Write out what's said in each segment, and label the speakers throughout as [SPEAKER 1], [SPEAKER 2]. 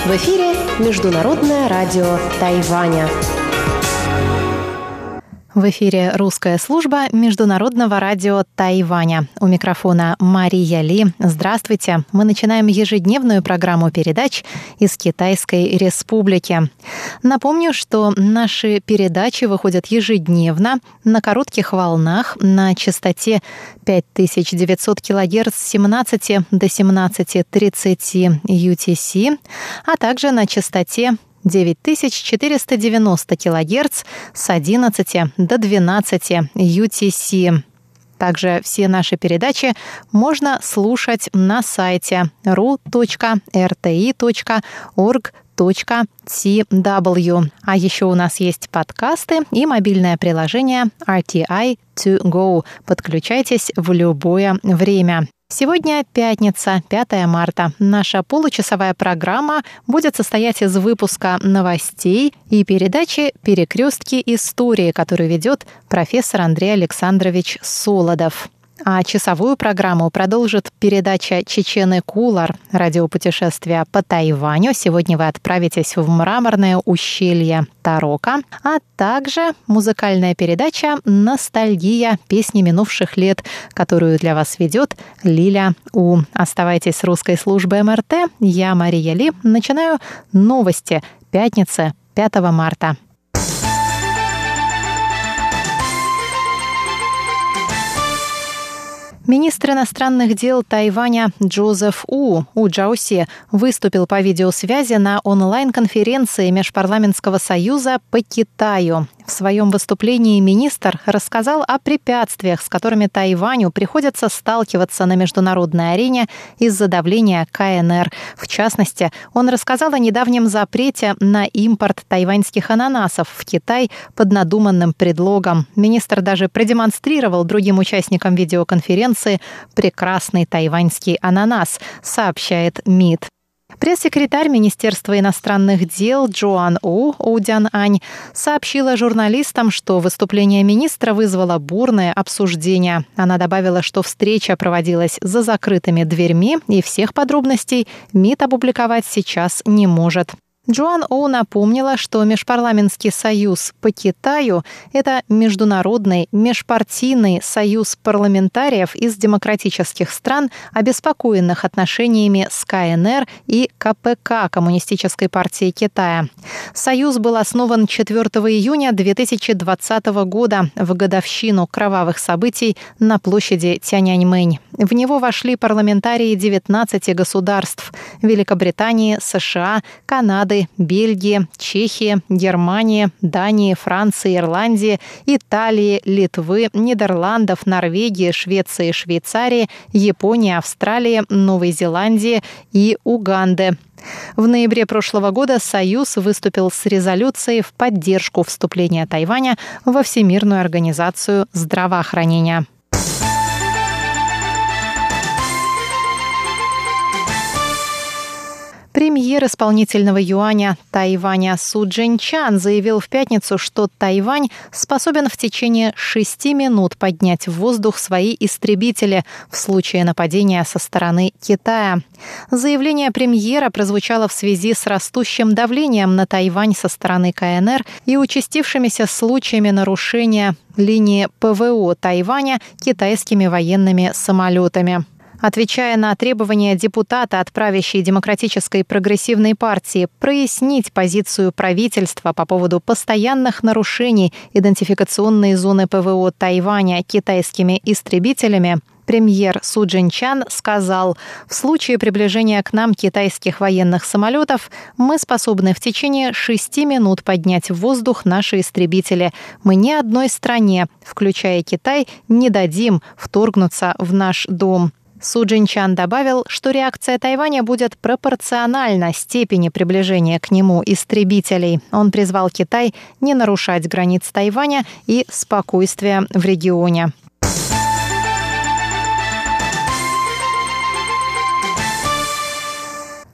[SPEAKER 1] В эфире Международное радио Тайваня.
[SPEAKER 2] В эфире русская служба Международного радио Тайваня. У микрофона Мария Ли. Здравствуйте. Мы начинаем ежедневную программу передач из Китайской Республики. Напомню, что наши передачи выходят ежедневно на коротких волнах на частоте 5900 кГц с 17 до 17:30 UTC, а также на частоте 9490 кГц с 11 до 12 UTC. Также все наши передачи можно слушать на сайте ru.rti.org.tw. А еще у нас есть подкасты и мобильное приложение RTI To Go. Подключайтесь в любое время. Сегодня пятница, 5 марта. Наша получасовая программа будет состоять из выпуска новостей и передачи «Перекрестки истории», которую ведет профессор Андрей Александрович Солодов. А часовую программу продолжит передача «Чечены Кулар», радиопутешествие по Тайваню. Сегодня вы отправитесь в мраморное ущелье Тарока, а также музыкальная передача «Ностальгия. Песни минувших лет», которую для вас ведет Лиля У. Оставайтесь с русской службой МРТ. Я, Мария Ли, начинаю новости пятницы, 5 марта. Министр иностранных дел Тайваня Джозеф У Чжаоси выступил по видеосвязи на онлайн-конференции Межпарламентского союза по Китаю. В своем выступлении министр рассказал о препятствиях, с которыми Тайваню приходится сталкиваться на международной арене из-за давления КНР. В частности, он рассказал о недавнем запрете на импорт тайваньских ананасов в Китай под надуманным предлогом. Министр даже продемонстрировал другим участникам видеоконференции прекрасный тайваньский ананас, сообщает МИД. Пресс-секретарь Министерства иностранных дел Джоан Оу Дян-Ань сообщила журналистам, что выступление министра вызвало бурное обсуждение. Она добавила, что встреча проводилась за закрытыми дверьми, и всех подробностей МИД опубликовать сейчас не может. Джоан Оу напомнила, что Межпарламентский союз по Китаю – это международный межпартийный союз парламентариев из демократических стран, обеспокоенных отношениями с КНР и КПК Коммунистической партии Китая. Союз был основан 4 июня 2020 года в годовщину кровавых событий на площади Тяньаньмэнь. В него вошли парламентарии 19 государств – Великобритании, США, Канады, Бельгии, Чехии, Германии, Дании, Франции, Ирландии, Италии, Литвы, Нидерландов, Норвегии, Швеции, Швейцарии, Японии, Австралии, Новой Зеландии и Уганды. В ноябре прошлого года Союз выступил с резолюцией в поддержку вступления Тайваня во Всемирную организацию здравоохранения. Премьер исполнительного юаня Тайваня Су Чжэньчан заявил в пятницу, что Тайвань способен в течение 6 минут поднять в воздух свои истребители в случае нападения со стороны Китая. Заявление премьера прозвучало в связи с растущим давлением на Тайвань со стороны КНР и участившимися случаями нарушения линии ПВО Тайваня китайскими военными самолетами. Отвечая на требования депутата от правящей Демократической прогрессивной партии прояснить позицию правительства по поводу постоянных нарушений идентификационной зоны ПВО Тайваня китайскими истребителями, премьер Су Чжэньчан сказал: «В случае приближения к нам китайских военных самолетов мы способны в течение 6 минут поднять в воздух наши истребители. Мы ни одной стране, включая Китай, не дадим вторгнуться в наш дом». Су Чжэньчан добавил, что реакция Тайваня будет пропорциональна степени приближения к нему истребителей. Он призвал Китай не нарушать границ Тайваня и спокойствия в регионе.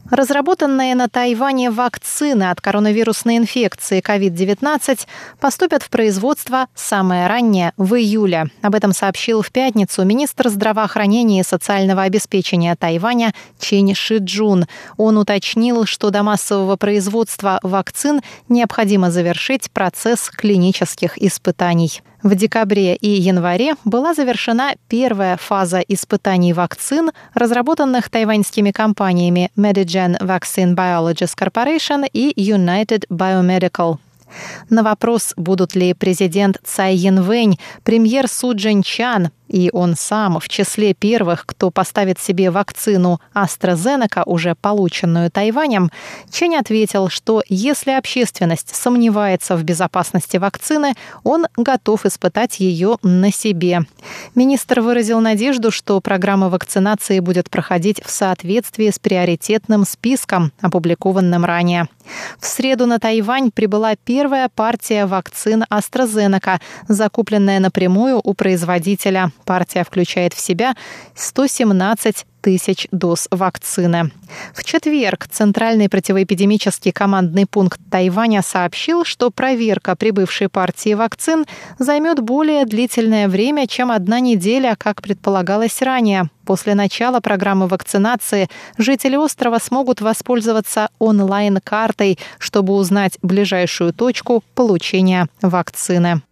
[SPEAKER 2] Разработанные на Тайване вакцины от коронавирусной инфекции COVID-19 поступят в производство самое раннее в июле. Об этом сообщил в пятницу министр здравоохранения и социального обеспечения Тайваня Чен Шиджун. Он уточнил, что до массового производства вакцин необходимо завершить процесс клинических испытаний. В декабре и январе была завершена первая фаза испытаний вакцин, разработанных тайваньскими компаниями Medigen Vaccine Biologics Corporation и United Biomedical. На вопрос, будут ли президент Цай Янвэнь, премьер Су Чжэньчан и он сам в числе первых, кто поставит себе вакцину AstraZeneca, уже полученную Тайванем, Чен ответил, что если общественность сомневается в безопасности вакцины, он готов испытать ее на себе. Министр выразил надежду, что программа вакцинации будет проходить в соответствии с приоритетным списком, опубликованным ранее. В среду на Тайвань прибыла первая партия вакцин AstraZeneca, закупленная напрямую у производителя. Партия включает в себя 117 тысяч доз вакцины. В четверг Центральный противоэпидемический командный пункт Тайваня сообщил, что проверка прибывшей партии вакцин займет более длительное время, чем 1 неделя, как предполагалось ранее. После начала программы вакцинации жители острова смогут воспользоваться онлайн-картой, чтобы узнать ближайшую точку получения вакцины.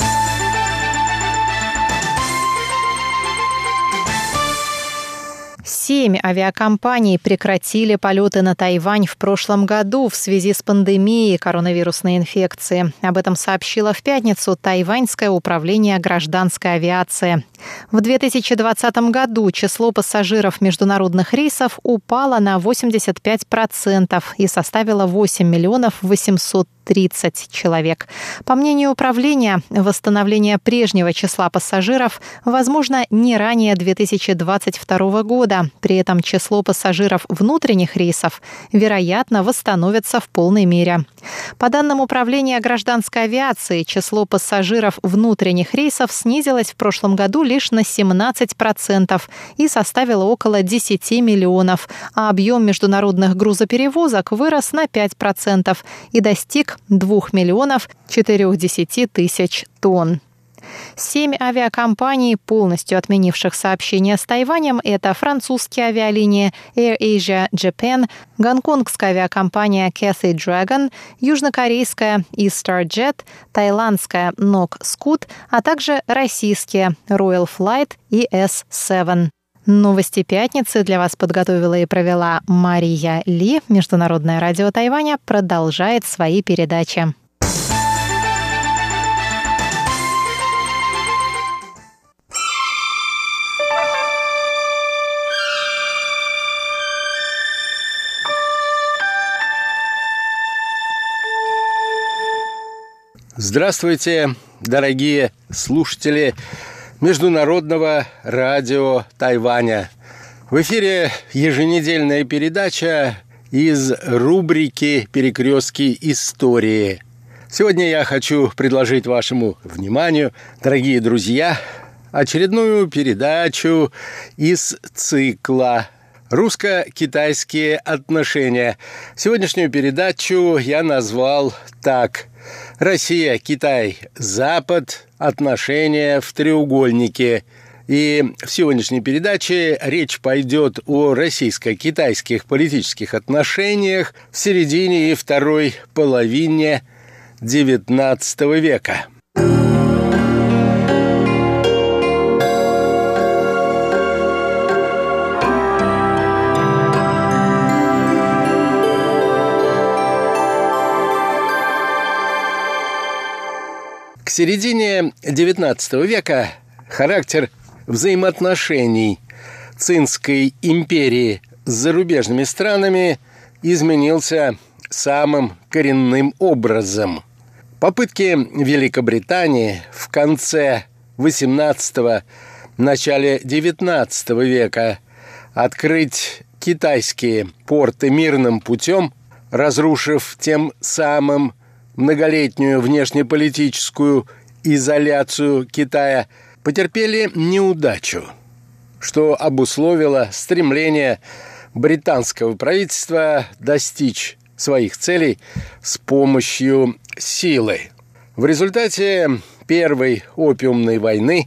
[SPEAKER 2] 7 авиакомпаний прекратили полеты на Тайвань в прошлом году в связи с пандемией коронавирусной инфекции. Об этом сообщило в пятницу Тайваньское управление гражданской авиации. В 2020 году число пассажиров международных рейсов упало на 85% и составило 8 миллионов 830 человек. По мнению управления, восстановление прежнего числа пассажиров возможно не ранее 2022 года. При этом число пассажиров внутренних рейсов, вероятно, восстановится в полной мере. По данным управления гражданской авиации, число пассажиров внутренних рейсов снизилось в прошлом году лишь на 17% и составило около 10 миллионов, а объем международных грузоперевозок вырос на 5% и достиг 2 миллионов 40 тысяч тонн. 7 авиакомпаний, полностью отменивших сообщения с Тайванем, это французские авиалинии AirAsia Japan, гонконгская авиакомпания Cathay Dragon, южнокорейская EastarJet, таиландская Nok Scoot, а также российские Royal Flight и S7. Новости пятницы для вас подготовила и провела Мария Ли. Международное радио Тайваня продолжает свои передачи.
[SPEAKER 3] Здравствуйте, дорогие слушатели Международного радио Тайваня. В эфире еженедельная передача из рубрики «Перекрестки истории». Сегодня я хочу предложить вашему вниманию, дорогие друзья, очередную передачу из цикла «Русско-китайские отношения». Сегодняшнюю передачу я назвал так: «Россия, Китай, Запад. Отношения в треугольнике». И в сегодняшней передаче речь пойдет о российско-китайских политических отношениях в середине и второй половине XIX века. К середине XIX века характер взаимоотношений Цинской империи с зарубежными странами изменился самым коренным образом. Попытки Великобритании в конце XVIII – начале XIX века открыть китайские порты мирным путем, разрушив тем самым многолетнюю внешнеполитическую изоляцию Китая, потерпели неудачу, что обусловило стремление британского правительства достичь своих целей с помощью силы. В результате Первой опиумной войны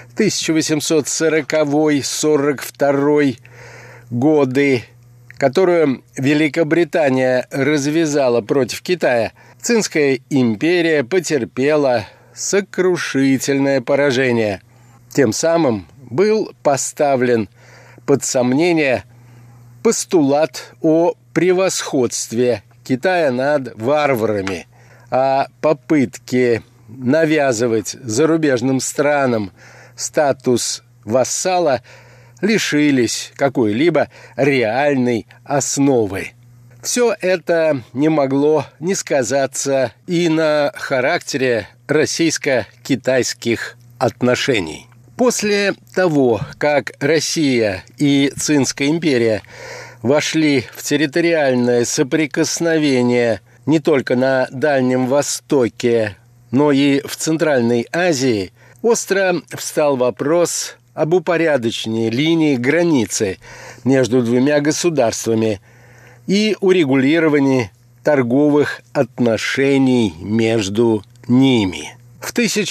[SPEAKER 3] 1840-42 годы, которую Великобритания развязала против Китая, Цинская империя потерпела сокрушительное поражение. Тем самым был поставлен под сомнение постулат о превосходстве Китая над варварами, а попытки навязывать зарубежным странам статус вассала лишились какой-либо реальной основы. Все это не могло не сказаться и на характере российско-китайских отношений. После того, как Россия и Цинская империя вошли в территориальное соприкосновение не только на Дальнем Востоке, но и в Центральной Азии, остро встал вопрос об упорядочении линии границы между двумя государствами и урегулировании торговых отношений между ними. В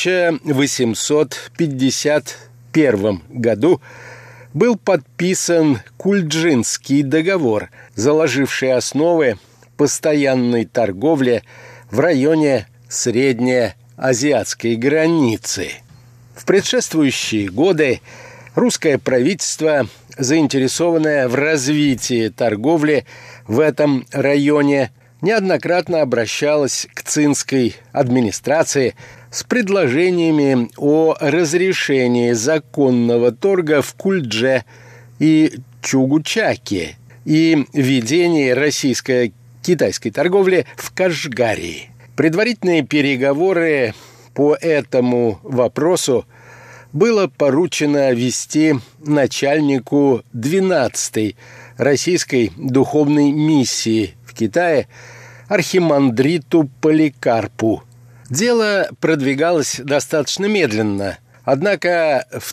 [SPEAKER 3] 1851 году был подписан Кульджинский договор, заложивший основы постоянной торговли в районе среднеазиатской границы. В предшествующие годы русское правительство, заинтересованное в развитии торговли в этом районе, неоднократно обращалось к цинской администрации с предложениями о разрешении законного торга в Кульдже и Чугучаке и введении российско-китайской торговли в Кашгарии. Предварительные переговоры по этому вопросу было поручено вести начальнику 12-й российской духовной миссии в Китае архимандриту Поликарпу. Дело продвигалось достаточно медленно, однако в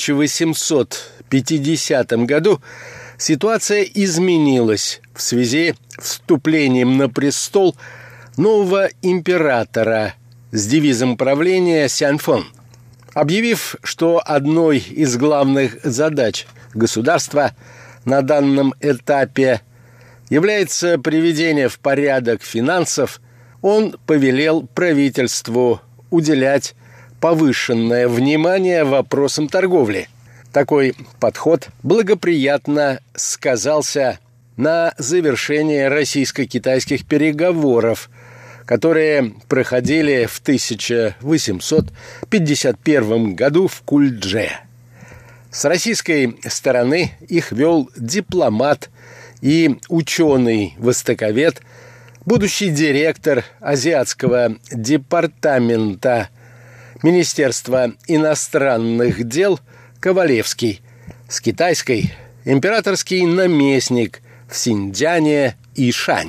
[SPEAKER 3] 1850 году ситуация изменилась в связи с вступлением на престол нового императора с девизом правления «Сяньфэн», объявив, что одной из главных задач государства на данном этапе является приведение в порядок финансов, он повелел правительству уделять повышенное внимание вопросам торговли. Такой подход благоприятно сказался на завершении российско-китайских переговоров, которые проходили в 1851 году в Кульдже. С российской стороны их вел дипломат и ученый-востоковед, будущий директор Азиатского департамента Министерства иностранных дел Ковалевский, с китайской императорский наместник в Синьцзяне Ишань.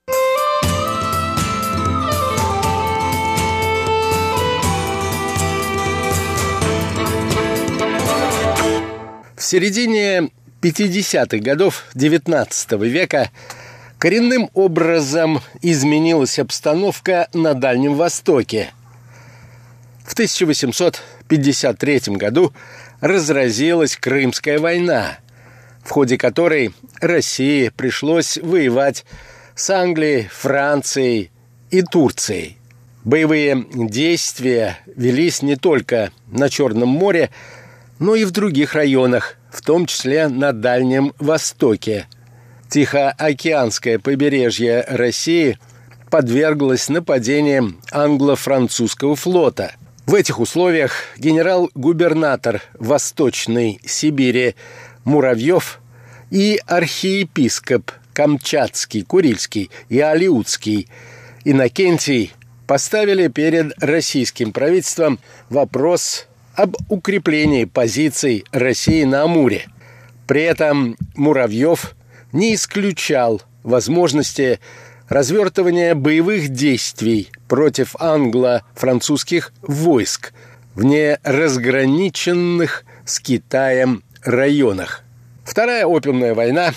[SPEAKER 3] В середине 50-х годов XIX века коренным образом изменилась обстановка на Дальнем Востоке. В 1853 году разразилась Крымская война, в ходе которой России пришлось воевать с Англией, Францией и Турцией. Боевые действия велись не только на Черном море, но и в других районах, в том числе на Дальнем Востоке. Тихоокеанское побережье России подверглось нападениям англо-французского флота. В этих условиях генерал-губернатор Восточной Сибири Муравьев и архиепископ Камчатский, Курильский и Алиутский Иннокентий поставили перед российским правительством вопрос об укреплении позиций России на Амуре. При этом Муравьев не исключал возможности развертывания боевых действий против англо-французских войск в неразграниченных с Китаем районах. В Вторая опиумная война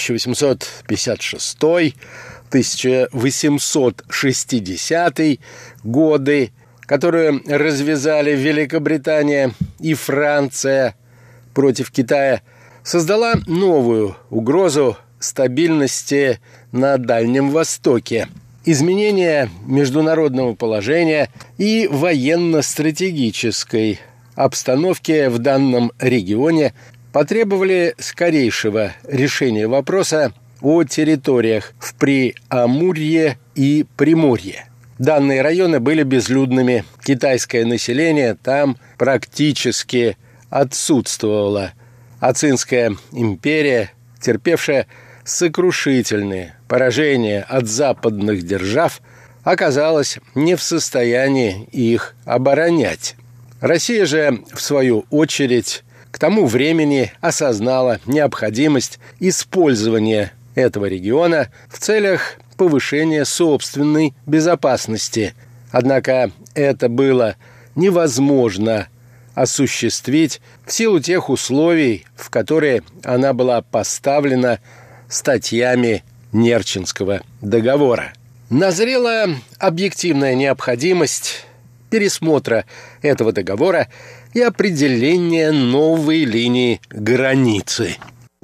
[SPEAKER 3] 1856-1860 годы, которую развязали Великобритания и Франция против Китая, создала новую угрозу стабильности на Дальнем Востоке. Изменение международного положения и военно-стратегической обстановки в данном регионе потребовали скорейшего решения вопроса о территориях в Преамурье и Приморье. Данные районы были безлюдными, китайское население там практически отсутствовало, а Цинская империя, терпевшая сокрушительные поражения от западных держав, оказалась не в состоянии их оборонять. Россия же, в свою очередь, к тому времени осознала необходимость использования этого региона в целях повышения собственной безопасности. Однако это было невозможно осуществить в силу тех условий, в которые она была поставлена статьями Нерчинского договора. Назрела объективная необходимость пересмотра этого договора и определения новой линии границы.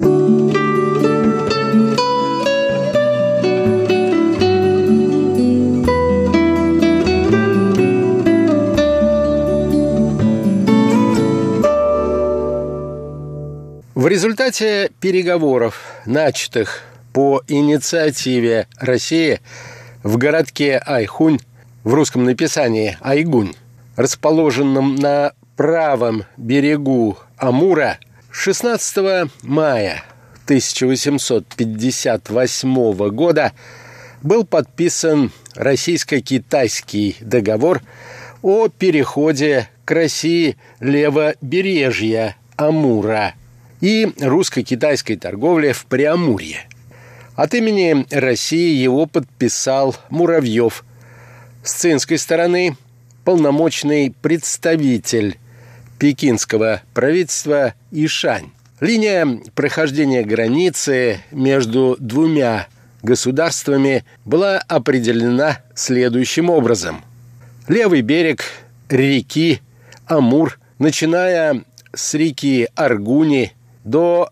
[SPEAKER 3] В результате переговоров, начатых по инициативе России в городке Айхунь, в русском написании Айгунь, расположенном на правом берегу Амура, 16 мая 1858 года был подписан российско-китайский договор о переходе к России левобережья Амура и русско-китайской торговли в Преамурье. От имени России его подписал Муравьев. С цинской стороны полномочный представитель пекинского правительства Ишань. Линия прохождения границы между двумя государствами была определена следующим образом. Левый берег реки Амур, начиная с реки Аргуни до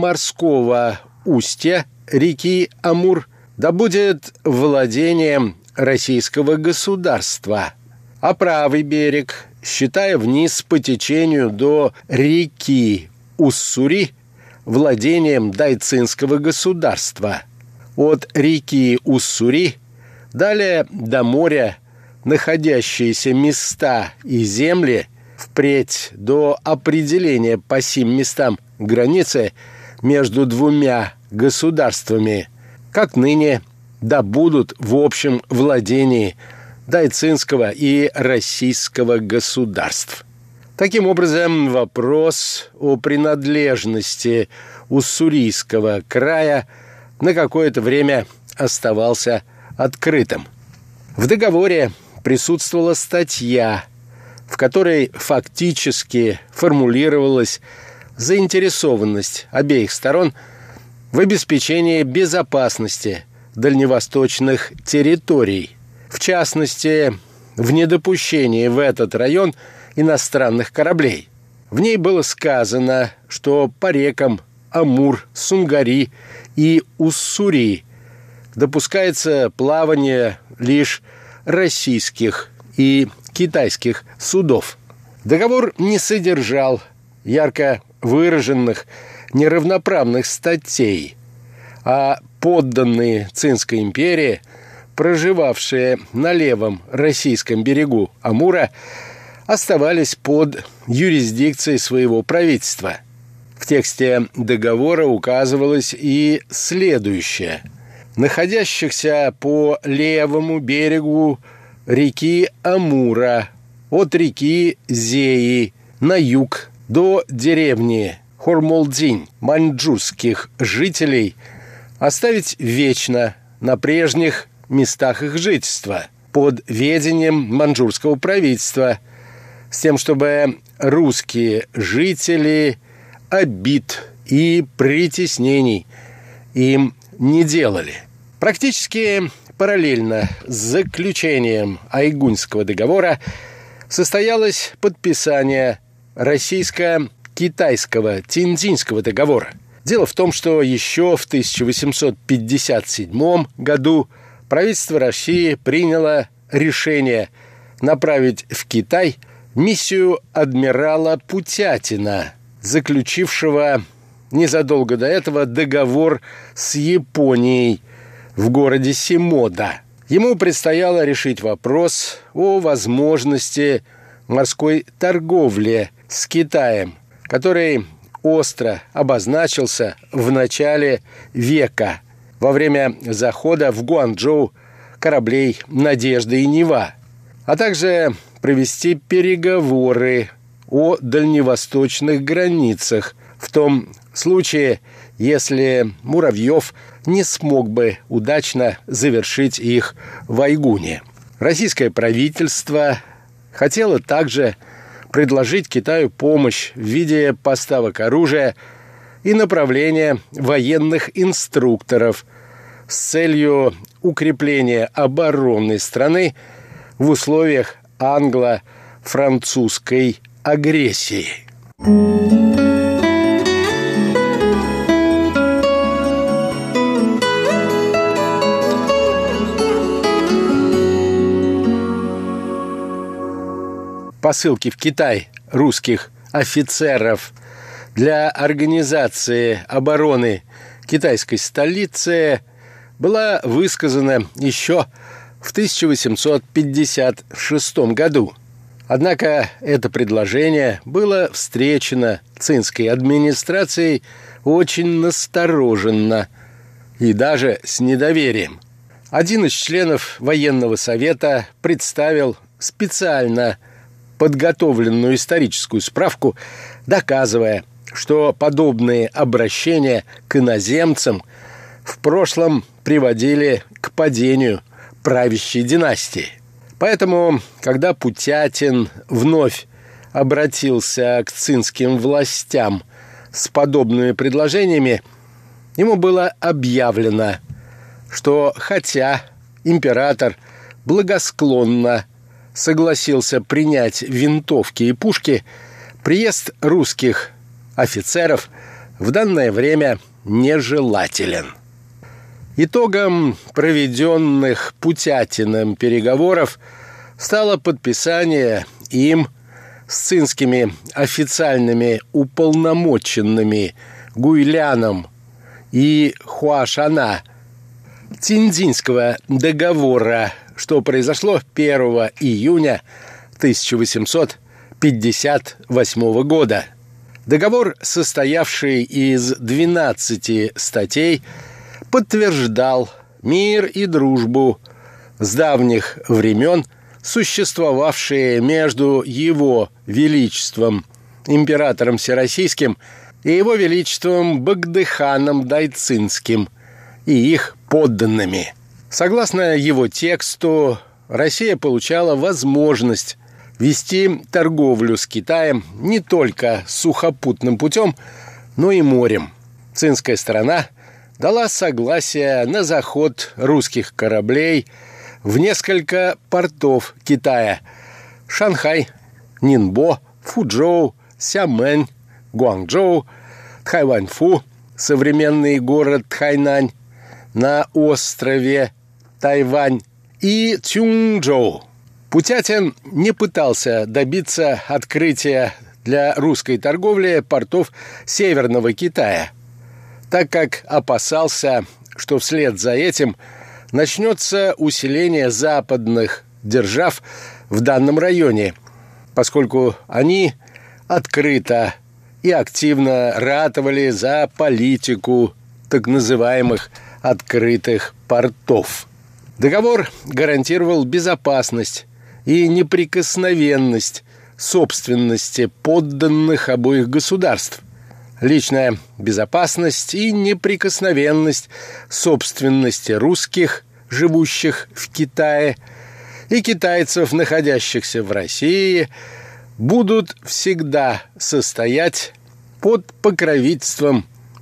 [SPEAKER 3] морского устья реки Амур, да будет владением российского государства, а правый берег, считая вниз по течению до реки Уссури, владением дайцинского государства. От реки Уссури далее до моря находящиеся места и земли впредь до определения по сим местам границы между двумя государствами, как ныне, да будут в общем владении дайцинского и российского государств. Таким образом, вопрос о принадлежности Уссурийского края на какое-то время оставался открытым. В договоре присутствовала статья, в которой фактически формулировалась заинтересованность обеих сторон в обеспечении безопасности дальневосточных территорий, в частности, в недопущении в этот район иностранных кораблей. В ней было сказано, что по рекам Амур, Сунгари и Уссури допускается плавание лишь российских и китайских судов. Договор не содержал ярко выраженных неравноправных статей, а подданные Цинской империи, проживавшие на левом российском берегу Амура, оставались под юрисдикцией своего правительства. В тексте договора указывалось и следующее. Находящихся по левому берегу реки Амура от реки Зеи на юг до деревни Хормолдзинь маньчжурских жителей оставить вечно на прежних местах их жительства под ведением маньчжурского правительства, с тем, чтобы русские жители обид и притеснений им не делали. Практически параллельно с заключением Айгуньского договора состоялось подписание российско-китайского Тяньцзинского договора. Дело в том, что еще в 1857 году правительство России приняло решение направить в Китай миссию адмирала Путятина, заключившего незадолго до этого договор с Японией в городе Симода. Ему предстояло решить вопрос о возможности морской торговли с Китаем, который остро обозначился в начале века во время захода в Гуанчжоу кораблей «Надежда» и «Нева», а также провести переговоры о дальневосточных границах в том случае, если Муравьев не смог бы удачно завершить их в Айгуне. Российское правительство хотело также предложить Китаю помощь в виде поставок оружия и направления военных инструкторов с целью укрепления обороны страны в условиях англо-французской агрессии. Посылки в Китай русских офицеров для организации обороны китайской столицы была высказана еще в 1856 году. Однако это предложение было встречено цинской администрацией очень настороженно и даже с недоверием. Один из членов военного совета представил специально подготовленную историческую справку, доказывая, что подобные обращения к иноземцам в прошлом приводили к падению правящей династии. Поэтому, когда Путятин вновь обратился к цинским властям с подобными предложениями, ему было объявлено, что хотя император благосклонно согласился принять винтовки и пушки, приезд русских офицеров в данное время нежелателен. Итогом проведенных Путятиным переговоров стало подписание им с цинскими официальными уполномоченными Гуйляном и Хуашана Тяньцзинского договора, что произошло 1 июня 1858 года. Договор, состоявший из 12 статей, подтверждал мир и дружбу с давних времен, существовавшие между Его Величеством императором Всероссийским и Его Величеством Багдыханом Дайцинским и их подданными. Согласно его тексту, Россия получала возможность вести торговлю с Китаем не только сухопутным путем, но и морем. Цинская сторона дала согласие на заход русских кораблей в несколько портов Китая: Шанхай, Нинбо, Фучжоу, Сямэнь, Гуанчжоу, Тхайваньфу, современный город Тхайнань на острове Тайвань, и Цюньчжоу. Путятин не пытался добиться открытия для русской торговли портов Северного Китая, так как опасался, что вслед за этим начнется усиление западных держав в данном районе, поскольку они открыто и активно ратовали за политику так называемых открытых портов. Договор гарантировал безопасность и неприкосновенность собственности подданных обоих государств, личная безопасность и неприкосновенность собственности русских, живущих в Китае, и китайцев, находящихся в России, будут всегда состоять под покровительством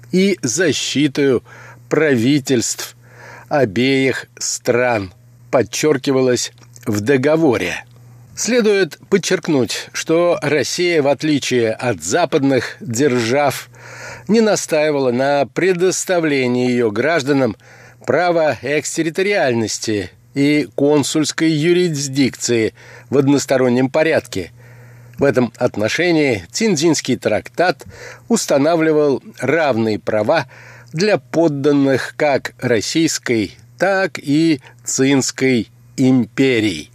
[SPEAKER 3] и защитою правительств обеих стран, подчеркивалось в договоре. Следует подчеркнуть, что Россия, в отличие от западных держав, не настаивала на предоставлении ее гражданам права экстерриториальности и консульской юрисдикции в одностороннем порядке. В этом отношении Тинзинский трактат устанавливал равные права для подданных как Российской, так и Цинской империй.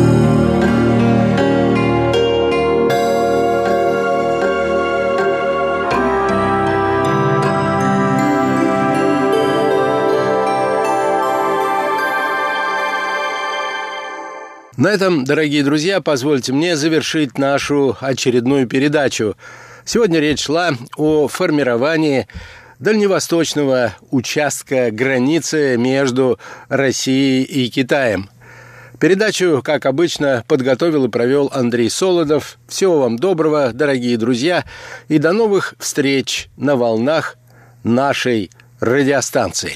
[SPEAKER 3] На этом, дорогие друзья, позвольте мне завершить нашу очередную передачу. Сегодня речь шла о формировании дальневосточного участка границы между Россией и Китаем. Передачу, как обычно, подготовил и провел Андрей Солодов. Всего вам доброго, дорогие друзья, и до новых встреч на волнах нашей радиостанции.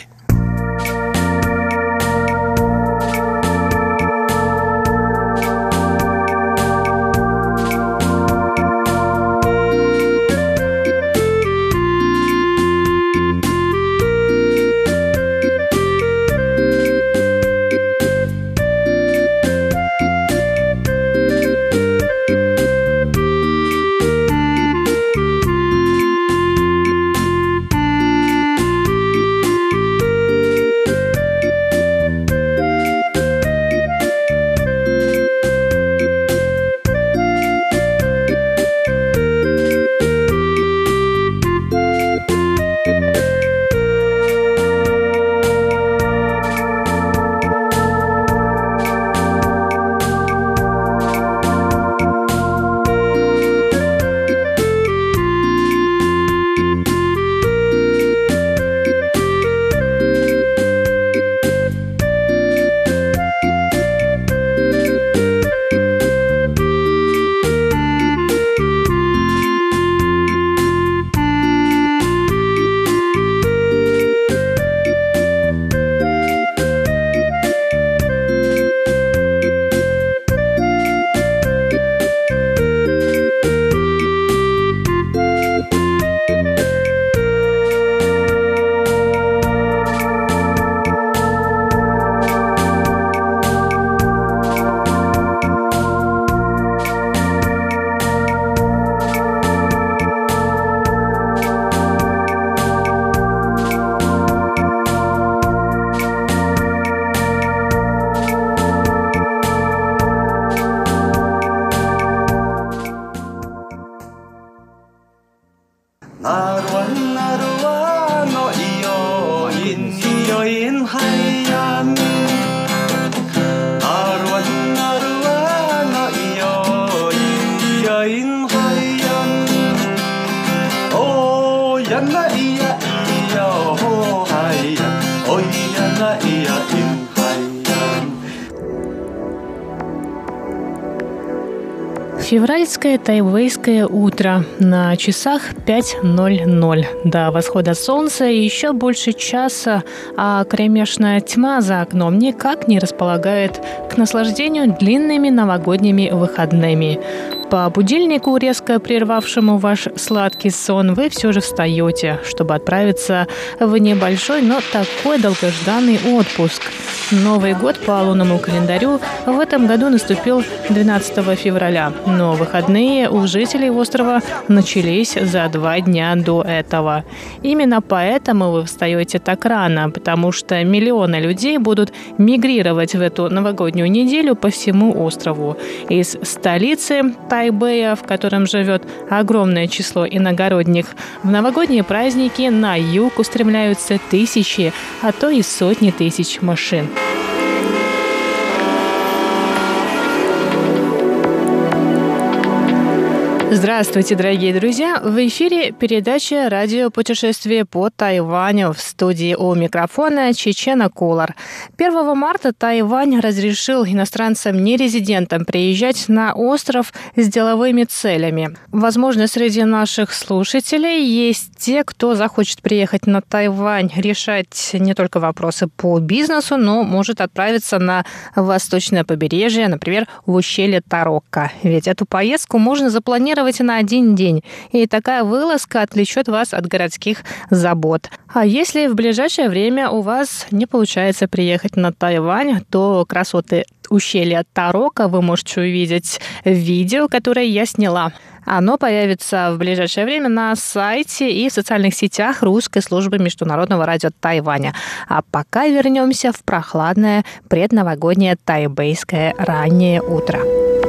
[SPEAKER 4] Февральское тайвейское утро. На часах 5:00. До восхода солнца еще больше часа, а кромешная тьма за окном никак не располагает к наслаждению длинными новогодними выходными. По будильнику, резко прервавшему ваш сладкий сон, вы все же встаете, чтобы отправиться в небольшой, но такой долгожданный отпуск. Новый год по лунному календарю в этом году наступил 12 февраля, но выходные у жителей острова начались за 2 дня до этого. Именно поэтому вы встаете так рано, потому что миллионы людей будут мигрировать в эту новогоднюю неделю по всему острову. Из столицы Тайбэя, в котором живет огромное число иногородних, в новогодние праздники на юг устремляются тысячи, а то и сотни тысяч машин. Здравствуйте, дорогие друзья! В эфире передача «Радио путешествие по Тайваню». В студии у микрофона Чечена Кулар. 1 марта Тайвань разрешил иностранцам-нерезидентам приезжать на остров с деловыми целями. Возможно, среди наших слушателей есть те, кто захочет приехать на Тайвань, решать не только вопросы по бизнесу, но может отправиться на восточное побережье, например, в ущелье Тарокко. Ведь эту поездку можно запланировать на один день, и такая вылазка отвлечет вас от городских забот. А если в ближайшее время у вас не получается приехать на Тайвань, то красоты ущелья Тарокко вы можете увидеть в видео, которое я сняла. Оно появится в ближайшее время на сайте и в социальных сетях русской службы Международного радио Тайваня. А пока вернемся в прохладное предновогоднее тайбэйское раннее утро.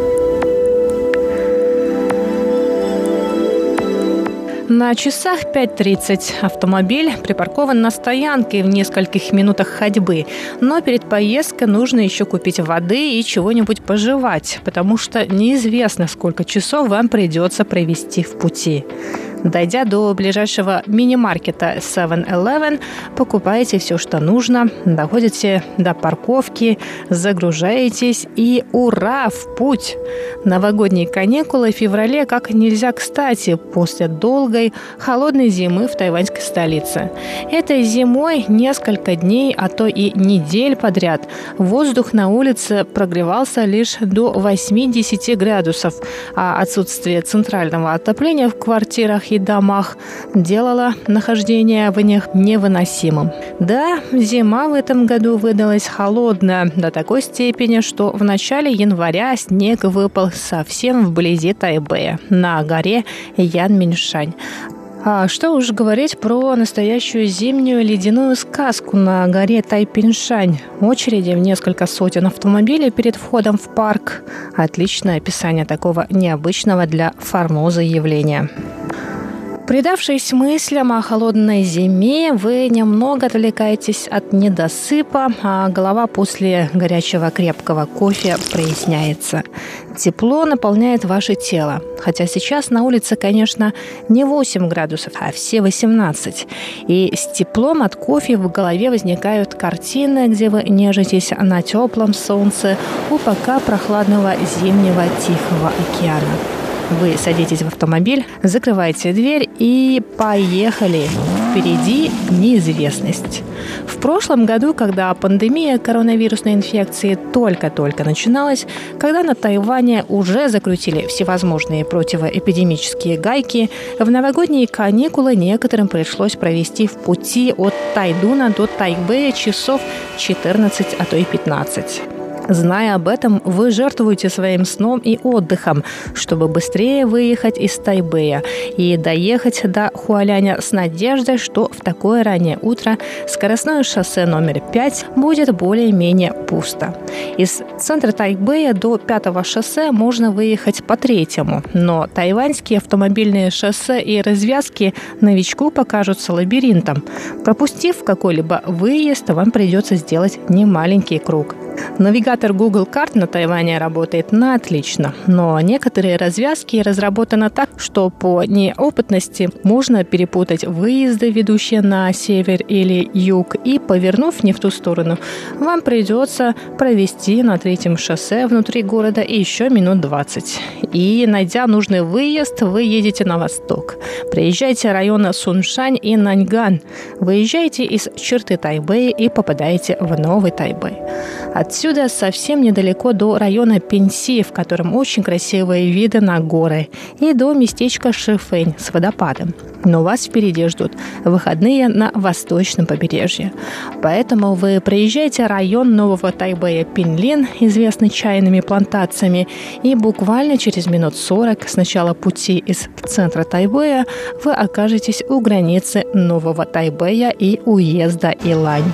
[SPEAKER 4] На часах 5:30 автомобиль припаркован на стоянке в нескольких минутах ходьбы. Но перед поездкой нужно еще купить воды и чего-нибудь пожевать, потому что неизвестно, сколько часов вам придется провести в пути. Дойдя до ближайшего мини-маркета 7-Eleven, покупаете все, что нужно, доходите до парковки, загружаетесь и ура, в путь! Новогодние каникулы в феврале как нельзя кстати после долгой холодной зимы в тайваньской столице. Этой зимой несколько дней, а то и недель подряд воздух на улице прогревался лишь до 8-10 градусов, а отсутствие центрального отопления в квартирах и домах делало нахождение в них невыносимым. Да, зима в этом году выдалась холодная до такой степени, что в начале января снег выпал совсем вблизи Тайбэя, на горе Янминшань. А что уж говорить про настоящую зимнюю ледяную сказку на горе Тайпиншань. Очереди в несколько сотен автомобилей перед входом в парк. Отличное описание такого необычного для Формозы явления. Предавшись мыслям о холодной зиме, вы немного отвлекаетесь от недосыпа, а голова после горячего крепкого кофе проясняется. Тепло наполняет ваше тело. Хотя сейчас на улице, конечно, не 8 градусов, а все 18. И с теплом от кофе в голове возникают картины, где вы нежитесь на теплом солнце у пока прохладного зимнего Тихого океана. Вы садитесь в автомобиль, закрываете дверь и поехали. Впереди неизвестность. В прошлом году, когда пандемия коронавирусной инфекции только-только начиналась, когда на Тайване уже закрутили всевозможные противоэпидемические гайки, в новогодние каникулы некоторым пришлось провести в пути от Тайдуна до Тайбэя часов 14, а то и 15. Зная об этом, вы жертвуете своим сном и отдыхом, чтобы быстрее выехать из Тайбэя и доехать до Хуаляня с надеждой, что в такое раннее утро скоростное шоссе номер 5 будет более-менее пусто. Из центра Тайбэя до 5-го шоссе можно выехать по 3-му, но тайваньские автомобильные шоссе и развязки новичку покажутся лабиринтом. Пропустив какой-либо выезд, вам придется сделать немаленький круг. Навигатор Google карт на Тайване работает на отлично, но некоторые развязки разработаны так, что по неопытности можно перепутать выезды, ведущие на север или юг, и, повернув не в ту сторону, вам придется провести на 3-м шоссе внутри города еще минут 20. И, найдя нужный выезд, вы едете на восток. Проезжайте районы Суншань и Наньган. Выезжайте из черты Тайбэя и попадаете в Новый Тайбэй. Отсюда совсем недалеко до района Пенси, в котором очень красивые виды на горы, и до местечка Шифэнь с водопадом. Но вас впереди ждут выходные на восточном побережье. Поэтому вы проезжаете район Нового Тайбэя Пинлин, известный чайными плантациями, и буквально через минут 40 с начала пути из центра Тайбэя вы окажетесь у границы Нового Тайбэя и уезда Илань.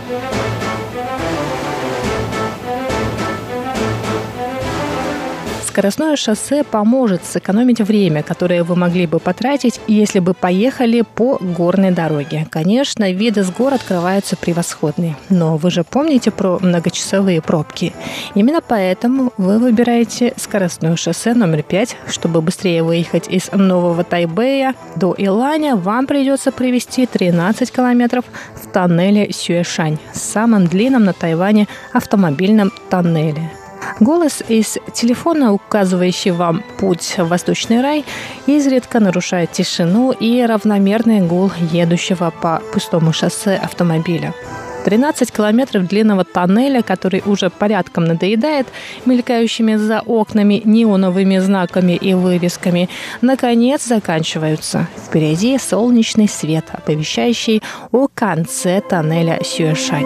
[SPEAKER 4] скоростное шоссе поможет сэкономить время, которое вы могли бы потратить, если бы поехали по горной дороге. Конечно, виды с гор открываются превосходные, но вы же помните про многочасовые пробки. Именно поэтому вы выбираете скоростное шоссе номер 5. Чтобы быстрее выехать из Нового Тайбэя до Иланя, вам придется провести 13 километров в тоннеле Сюэшань, самом длинном на Тайване автомобильном тоннеле. Голос из телефона, указывающий вам путь в Восточный рай, изредка нарушает тишину и равномерный гул едущего по пустому шоссе автомобиля. 13 километров длинного тоннеля, который уже порядком надоедает мелькающими за окнами неоновыми знаками и вывесками, наконец заканчиваются. Впереди солнечный свет, оповещающий о конце тоннеля Сюэшань.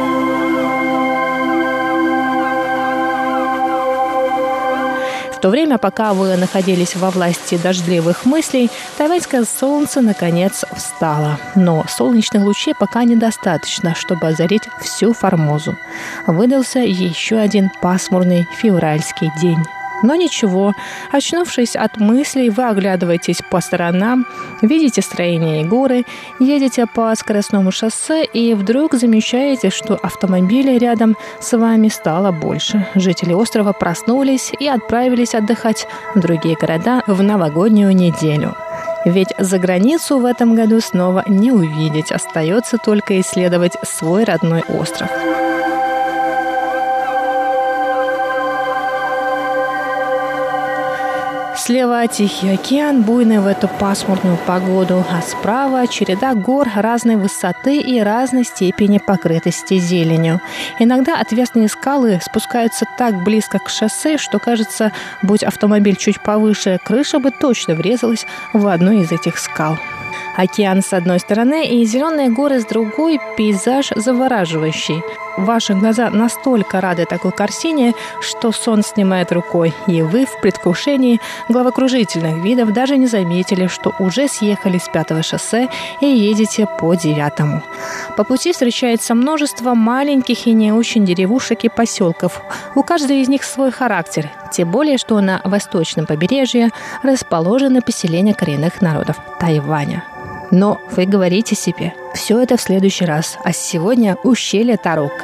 [SPEAKER 4] В то время, пока вы находились во власти дождливых мыслей, тайваньское солнце наконец встало. Но солнечных лучей пока недостаточно, чтобы озарить всю Формозу. Выдался еще один пасмурный февральский день. Но ничего, очнувшись от мыслей, вы оглядываетесь по сторонам, видите строения и горы, едете по скоростному шоссе и вдруг замечаете, что автомобилей рядом с вами стало больше. Жители острова проснулись и отправились отдыхать в другие города в новогоднюю неделю. Ведь за границу в этом году снова не увидеть, остается только исследовать свой родной остров. Слева Тихий океан, буйный в эту пасмурную погоду, а справа череда гор разной высоты и разной степени покрытости зеленью. Иногда отвесные скалы спускаются так близко к шоссе, что кажется, будь автомобиль чуть повыше, крыша бы точно врезалась в одну из этих скал. Океан с одной стороны и зеленые горы с другой, пейзаж завораживающий. Ваши глаза настолько рады такой картине, что сон снимает рукой, и вы в предвкушении головокружительных видов даже не заметили, что уже съехали с 5-го шоссе и едете по 9-му. По пути встречается множество маленьких и не очень деревушек и поселков. У каждой из них свой характер, тем более, что на восточном побережье расположены поселения коренных народов Тайваня. Но вы говорите себе, все это в следующий раз, а сегодня ущелье Тарока.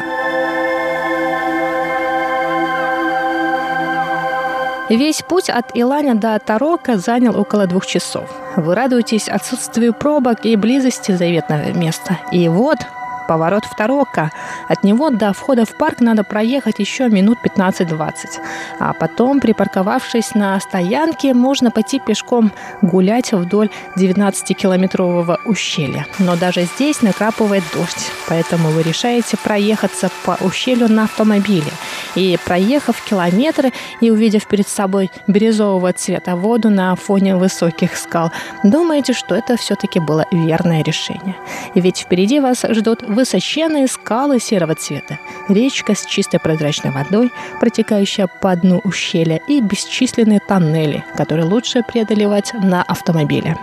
[SPEAKER 4] Весь путь от Иланя до Тарока занял около 2 часов. Вы радуетесь отсутствию пробок и близости заветного места. И вот поворот в Тарока. От него до входа в парк надо проехать еще минут 15-20. А потом, припарковавшись на стоянке, можно пойти пешком гулять вдоль 19-километрового ущелья. Но даже здесь накрапывает дождь, поэтому вы решаете проехаться по ущелью на автомобиле. И проехав километры и увидев перед собой бирюзового цвета воду на фоне высоких скал, думаете, что это все-таки было верное решение. И ведь впереди вас ждут высоченные скалы серого цвета, речка с чистой прозрачной водой, протекающая по дну ущелья, и бесчисленные тоннели, которые лучше преодолевать на автомобиле.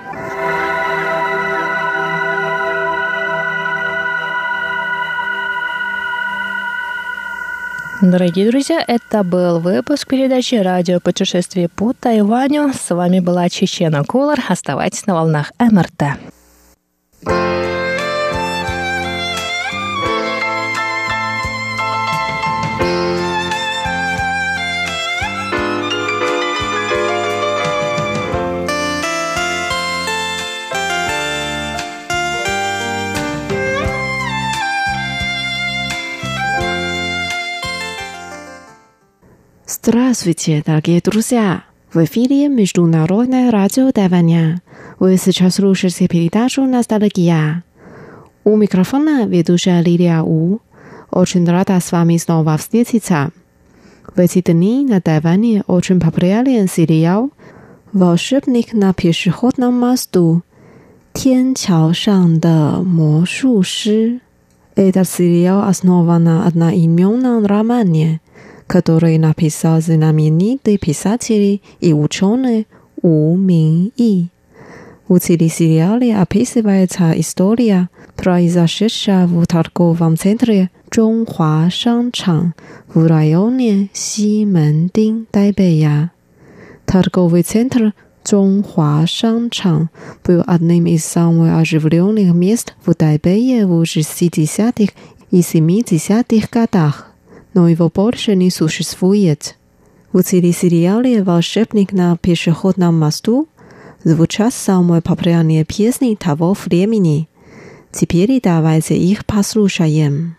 [SPEAKER 4] Дорогие друзья, это был выпуск передачи «Радио путешествие по Тайваню». С вами была Чечена Колор. Оставайтесь на волнах МРТ.
[SPEAKER 1] Здравствуйте, дорогие друзья! В эфире Международное радио Тайваня. Вы сейчас слушаете передачу «Ностальгия». У микрофона ведущая Лилия У. Очень рада с вами снова встретиться. В эти дни на Тайване очень популярен сериал «Волшебник на пешеходном мосту. 天桥上的魔术师». Этот сериал основан на одноименном романе, который написал знаменитый писатель и ученый У Миньи. В телесериале описывается история, произошедшая в торговом центре Чжонхуа Шанчжан в районе Симэндин, Тайбэя. Торговый центр Чжонхуа Шанчжан был одним из самых оживленных мест в Тайбэе в 60-х и 70-х годах, но его больше не существует. В телесериале «Волшебник на пешеходном мосту» звучат самые популярные песни того времени. Теперь давайте их послушаем.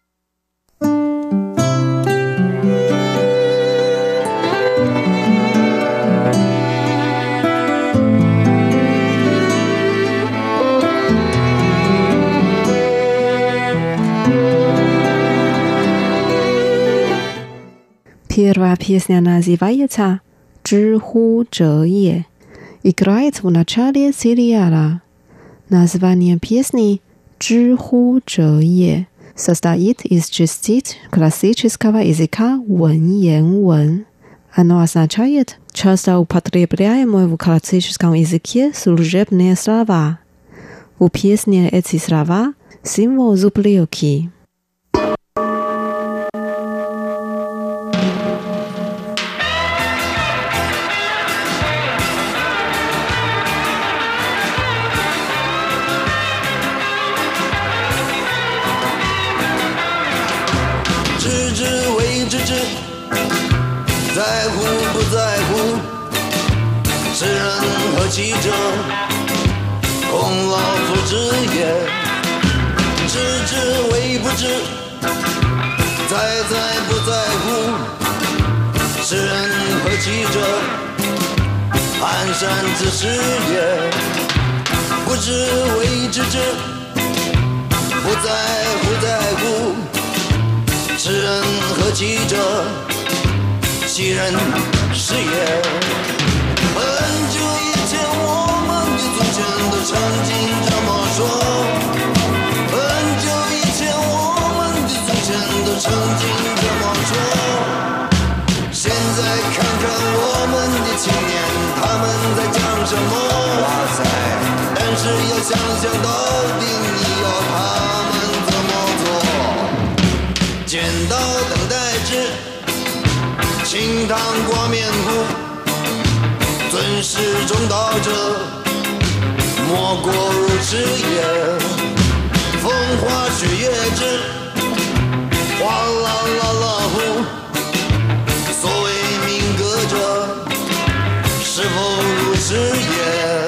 [SPEAKER 1] Первая песня называется «Zhi Hu Zhe Ye», играет в начале сериала. Название песни «Zhi Hu Zhe Ye» состоит из частиц классического языка «Wen-Yan-Wen». Оно означает часто употребляемые в классическом языке служебные слова. В песне эти слова – символ зубрилки.
[SPEAKER 5] 在乎不在乎，是人何其者，孔老夫子也。知之为不知，在不在乎，是人何其者，蹒跚之事也。不知为知之，不在乎，是人何其者。其人是也。很久以前，我们的祖先都曾经这么说。很久以前，我们的祖先都曾经这么说。现在看看我们的青年，他们在讲什么？哇塞！但是要想想到底，你要他们怎么做？剪刀等待制。清汤挂面糊，尊师重道者，莫过如此也。风花雪月之，哗啦啦啦呼。所谓民歌者，是否如此也？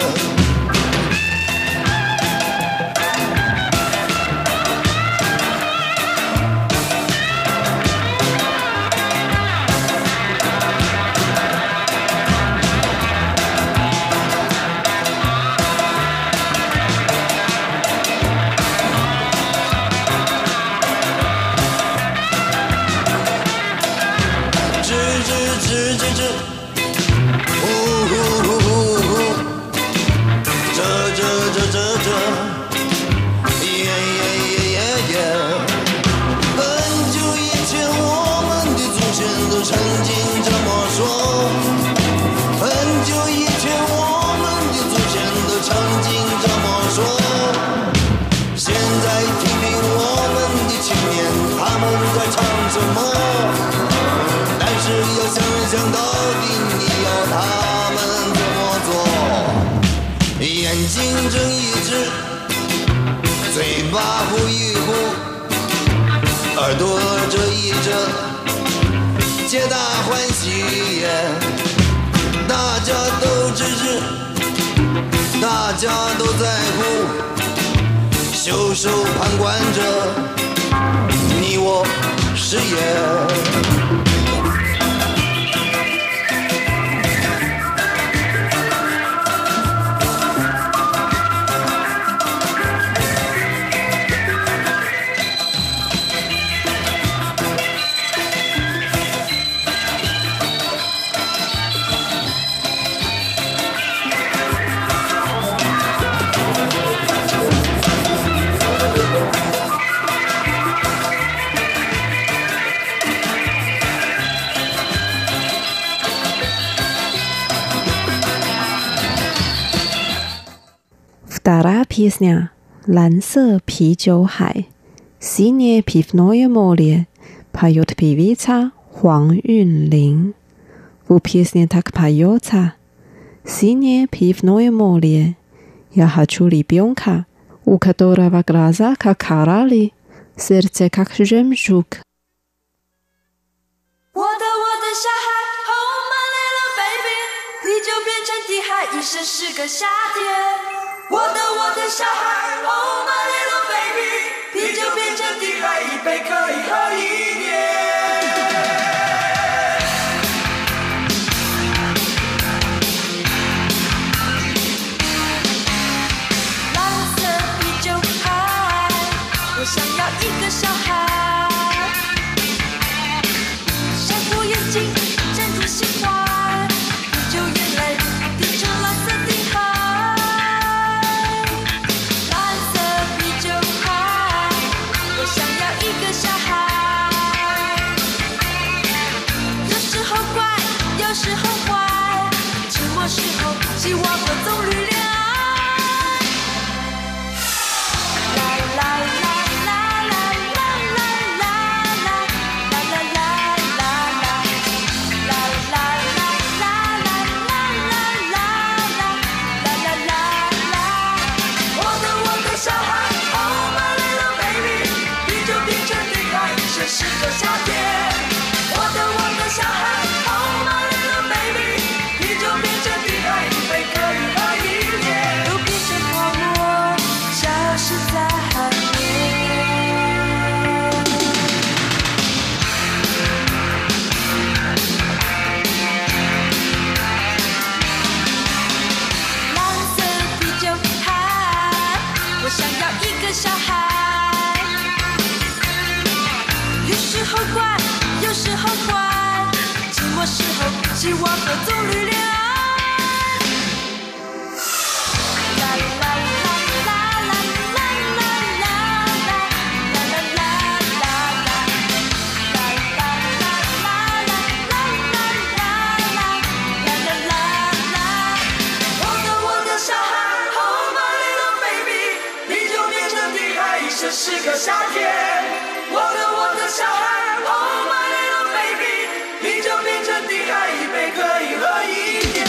[SPEAKER 5] 想到底你要他们怎么做？眼睛睁一只，嘴巴呼一呼，耳朵遮一遮，皆大欢喜也。大家都支持，大家都在乎，袖手旁观着，你我是也。
[SPEAKER 1] Вторая песня «蓝色啤酒海» «Синее пивное море» поет певица Хуан Юнлин. В песне так поется: «Синее пивное море, я хочу ребенка, у которого глаза как коралли, сердце как жемчуг».
[SPEAKER 6] 我的小孩 Oh my little baby 啤酒变成地海一生是个夏天我的小孩 Oh my little baby 啤酒变成地海一杯可以喝一年蓝色啤酒海我想要一个小孩珍珠心怀啤酒眼泪滴成蓝色的海蓝色啤酒海我想要一个小孩有时候乖有时候坏寂寞时候希望和棕榈恋爱啦啦啦是个夏天我的小孩 Oh my little baby 啤酒变成地海一杯可以喝一年都变成泡沫消失在海面蓝色啤酒海我想要一个小孩有时候乖有时候坏寂寞时候希望和棕榈恋爱啦啦啦啦啦啦啦啦啦啦啦啦啦啦我的小孩 Oh my little baby 啤酒变成地海一生是个夏天我的小孩 Oh my little baby 啤酒变成地海一杯可以喝一年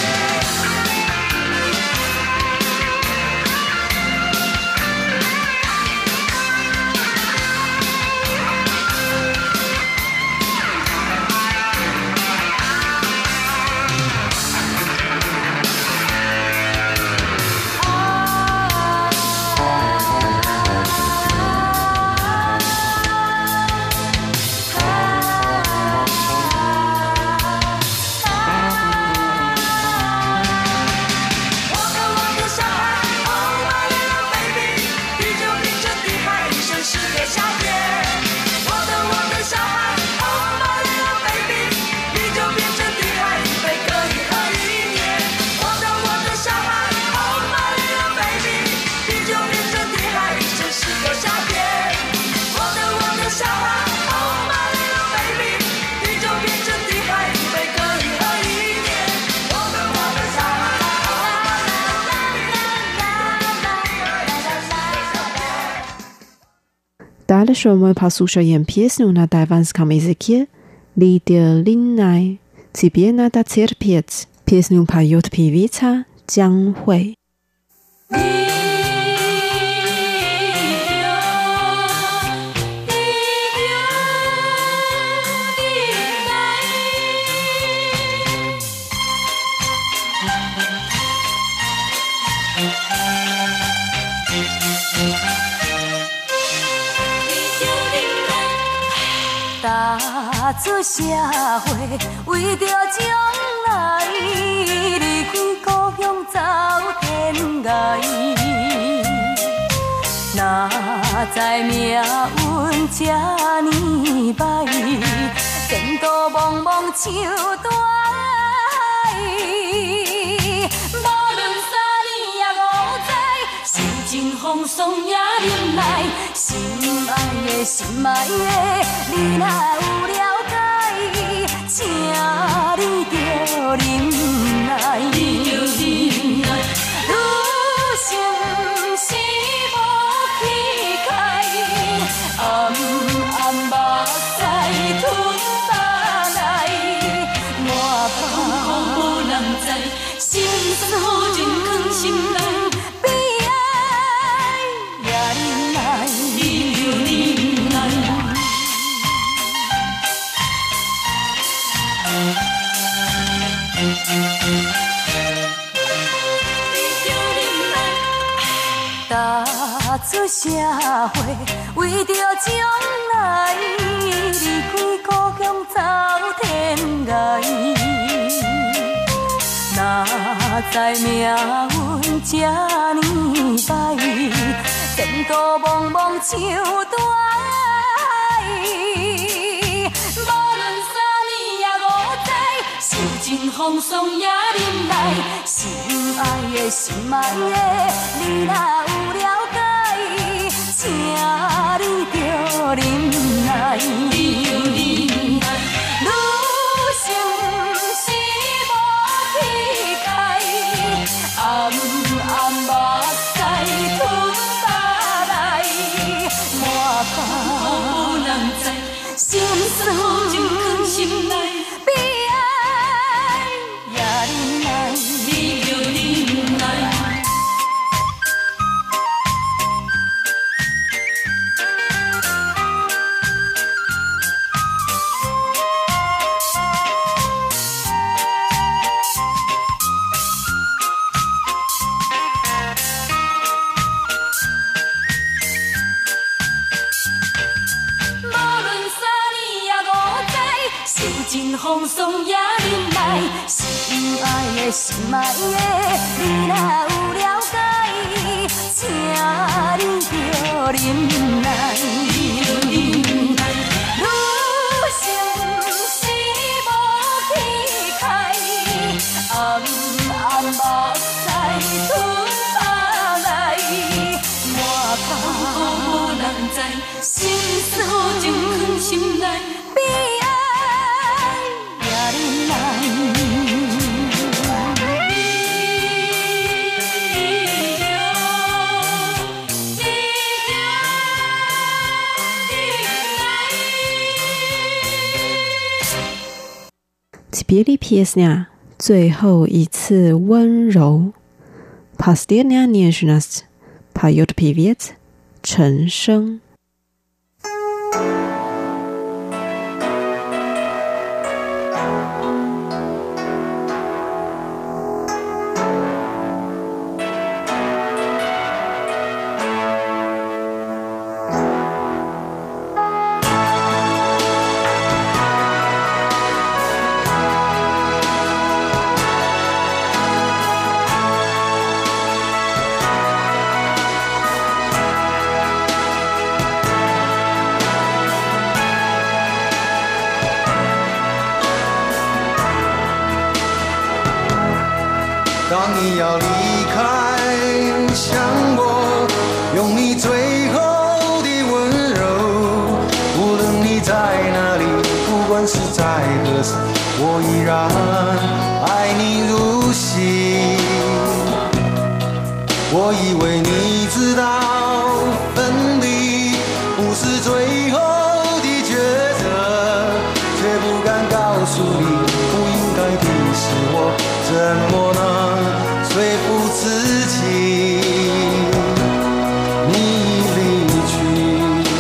[SPEAKER 1] Дальше мы послушаем песню на тайванском языке «Лидер Линнай». Тебе надо терпеть. Песню поет певица Джан Хуэй.
[SPEAKER 6] 踏出社会，为着将来，离开故乡走天涯。哪知命运这呢歹，前途茫茫像大海。无论3年也5载，心情风霜也忍耐。心爱的，你若有了解，请你着忍耐。女性不是无气概，暗暗目屎吞巴来，满腹事好情藏心内，悲哀也忍耐，你就忍耐。踏出社会，为着将来，离开故乡走天涯。哪知命运这呢歹，前途茫茫像大海。无论三年也五载，受尽风霜也忍耐。心爱的心爱的，你若有了解，请你着忍耐。女性是无气概，暗暗目屎吞巴来，满腹无人知，心事好情藏心内，悲哀也忍耐，你着忍耐。风霜也忍耐，心爱的心爱的，你若有了解，请你着忍耐。女性是无气概，暗暗目屎吞巴来，满腹无人知，心事好情藏心内，悲哀。
[SPEAKER 1] Теперь песня «最后一次温柔». Последняя нежность поет певец Чен Шeng。
[SPEAKER 5] 当你要离开，想我，用你最后的温柔。无论你在哪里，不管是在何时，我依然爱你如昔。我以为你知道，分离不是最后的抉择，却不敢告诉你，不应该的是我，怎么能说服自己？你离去，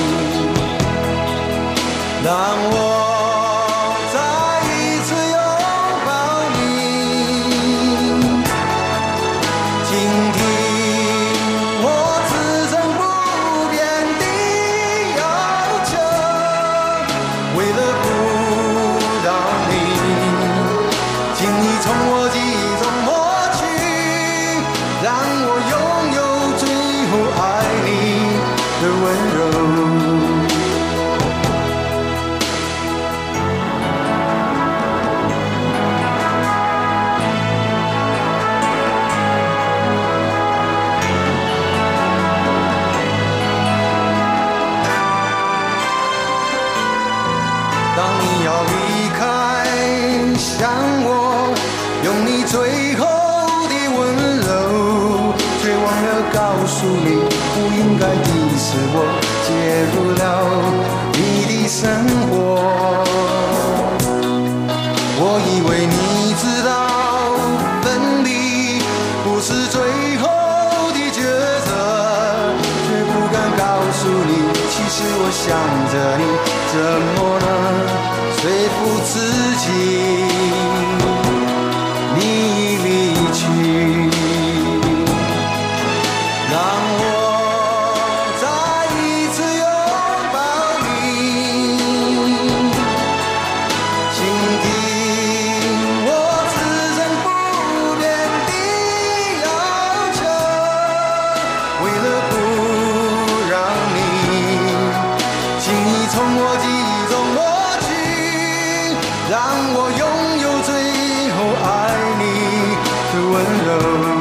[SPEAKER 5] 让我再一次拥抱你，倾听我此生不变的要求。为了不让你，请你从我记忆中抹去，让我拥有最后爱你的温柔。当你要离开，想我，用你最后的温柔，却忘了告诉你，不应该的是我介入了你的生活。我以为你知道，分离想着你，怎么能说服自己？你离去，让我再一次拥抱你，倾听我此生不变的要求，为了不让你轻易从我记忆中抹去，让我拥有最后爱你的温柔。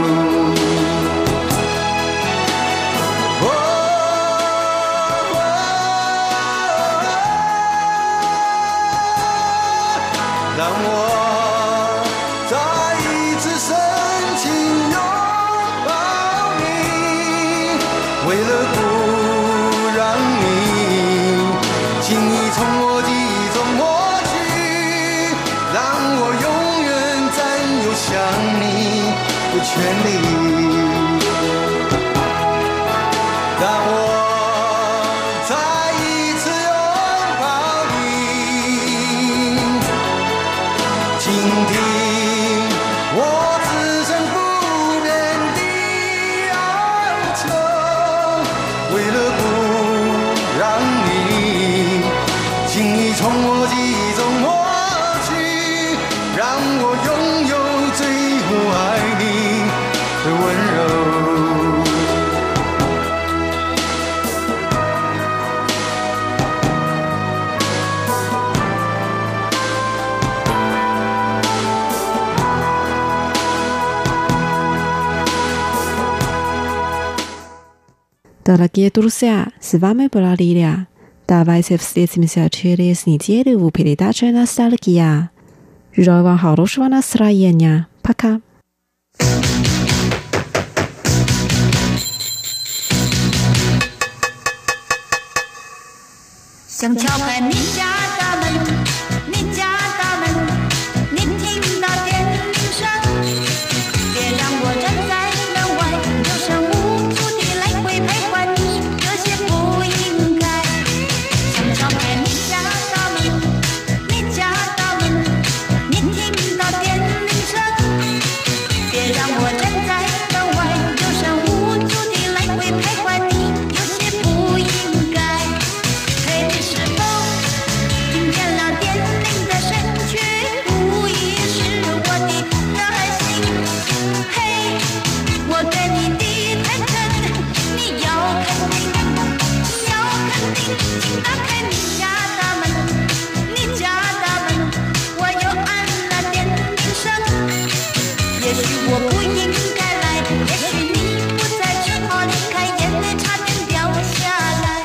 [SPEAKER 5] 让我再一次深情拥抱你，为了不让你轻易从我记忆中抹去，让我永远占有想你的权利。让我再一次拥抱你，倾听我此生不变的要求，为了不让你轻易从我记忆中抹去，让我拥有最后爱你的温柔。
[SPEAKER 1] Дорогие друзья, с вами была Лилия. Давайте встретимся через неделю в передаче «Ностальгия». Желаю вам хорошего настроения. Пока.
[SPEAKER 6] 想敲开你家大门，你家大门，你听到电铃声，别让我站在门外，有声无足地来回徘徊，你有些不应该。想敲开你家大门，你家大门，你听到电铃声，别让我站在门外，有声无足地来回徘徊，你有些不应该。嘿，你是否听见了电铃的声曲？无疑是我的耐心。嘿，我对你的坦诚，你要肯定，要肯定。请打开你家大门，你家大门，我又按了电铃声。也许我不应该来，也许你不在，只好离开，眼泪差点掉下来。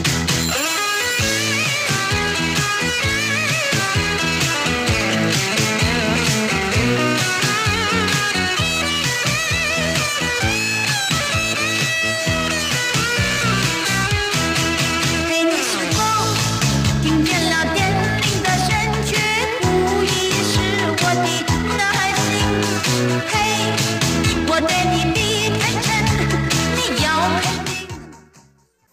[SPEAKER 6] 嘿，你是否听见了电铃的声曲？无疑是我的耐心。嘿，我对你的坦诚，你要肯定。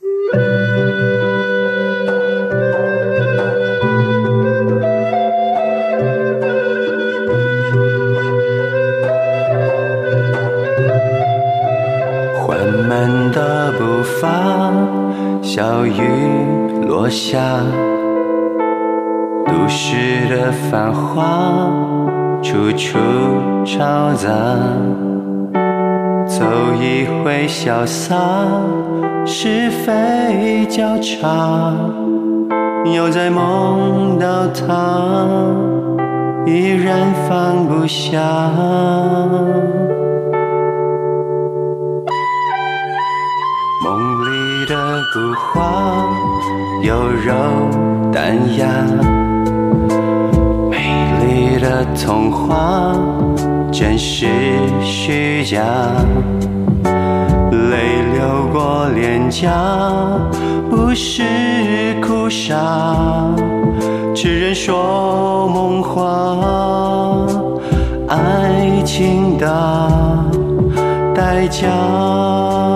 [SPEAKER 5] 缓慢的步伐，小雨落下，都市的繁华处处嘈杂，走一回潇洒，是非交叉，又再梦到他，依然放不下。梦里的古画，有柔淡雅，美丽的童话，真实虚假，泪流过脸颊，不是哭傻，痴人说梦话，爱情的代价。